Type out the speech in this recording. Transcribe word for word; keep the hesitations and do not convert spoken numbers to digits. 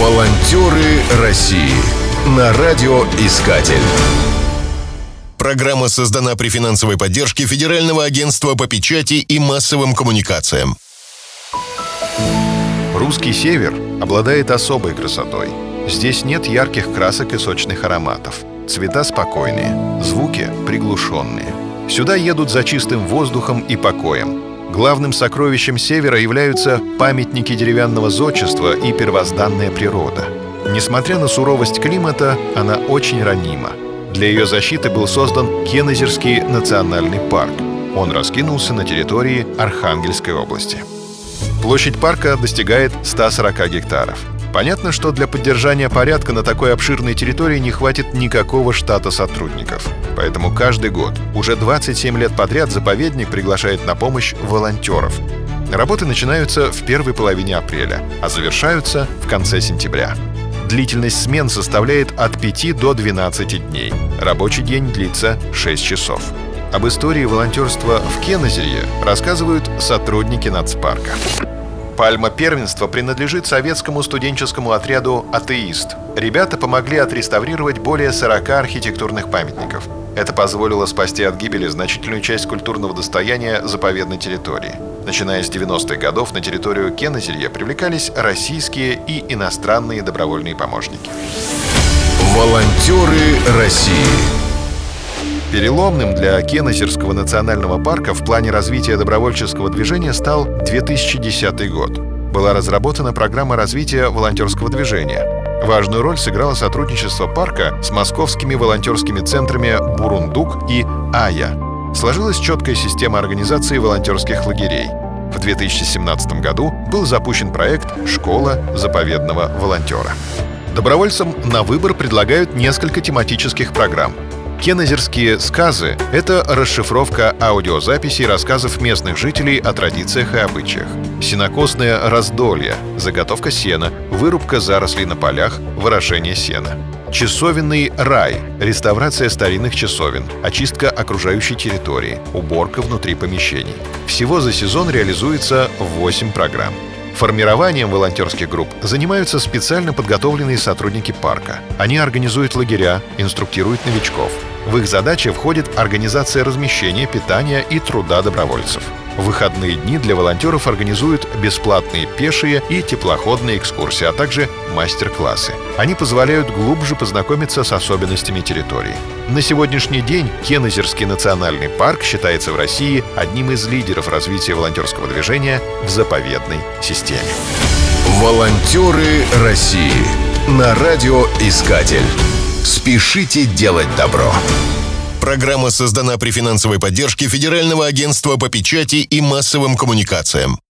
Волонтеры России на радиоискатель. Программа создана при финансовой поддержке Федерального агентства по печати и массовым коммуникациям. Русский север обладает особой красотой. Здесь нет ярких красок и сочных ароматов. Цвета спокойные, звуки приглушенные. Сюда едут за чистым воздухом и покоем. Главным сокровищем севера являются памятники деревянного зодчества и первозданная природа. Несмотря на суровость климата, она очень ранима. Для ее защиты был создан Кенозерский национальный парк. Он раскинулся на территории Архангельской области. Площадь парка достигает ста сорока гектаров. Понятно, что для поддержания порядка на такой обширной территории не хватит никакого штата сотрудников. Поэтому каждый год, уже двадцать семь лет подряд, заповедник приглашает на помощь волонтеров. Работы начинаются в первой половине апреля, а завершаются в конце сентября. Длительность смен составляет от пяти до двенадцати дней. Рабочий день длится шесть часов. Об истории волонтерства в Кенозерье рассказывают сотрудники нацпарка. Пальма первенства принадлежит советскому студенческому отряду «Атеист». Ребята помогли отреставрировать более сорока архитектурных памятников. Это позволило спасти от гибели значительную часть культурного достояния заповедной территории. Начиная с девяностых годов на территорию Кенозерья привлекались российские и иностранные добровольные помощники. Волонтеры России. Переломным для Кенозерского национального парка в плане развития добровольческого движения стал две тысячи десятый год. Была разработана программа развития волонтерского движения. Важную роль сыграло сотрудничество парка с московскими волонтерскими центрами «Бурундук» и «Ая». Сложилась четкая система организации волонтерских лагерей. В две тысячи семнадцатом году был запущен проект «Школа заповедного волонтера». Добровольцам на выбор предлагают несколько тематических программ. Кенозерские сказы — это расшифровка аудиозаписей рассказов местных жителей о традициях и обычаях. Сенокосное раздолье — заготовка сена, вырубка зарослей на полях, ворошение сена. Часовенный рай — реставрация старинных часовен, очистка окружающей территории, уборка внутри помещений. Всего за сезон реализуется восемь программ. Формированием волонтерских групп занимаются специально подготовленные сотрудники парка. Они организуют лагеря, инструктируют новичков. В их задачи входит организация размещения, питания и труда добровольцев. В выходные дни для волонтеров организуют бесплатные пешие и теплоходные экскурсии, а также мастер-классы. Они позволяют глубже познакомиться с особенностями территории. На сегодняшний день Кенозерский национальный парк считается в России одним из лидеров развития волонтерского движения в заповедной системе. Волонтеры России на радиоискатель. Спешите делать добро. Программа создана при финансовой поддержке Федерального агентства по печати и массовым коммуникациям.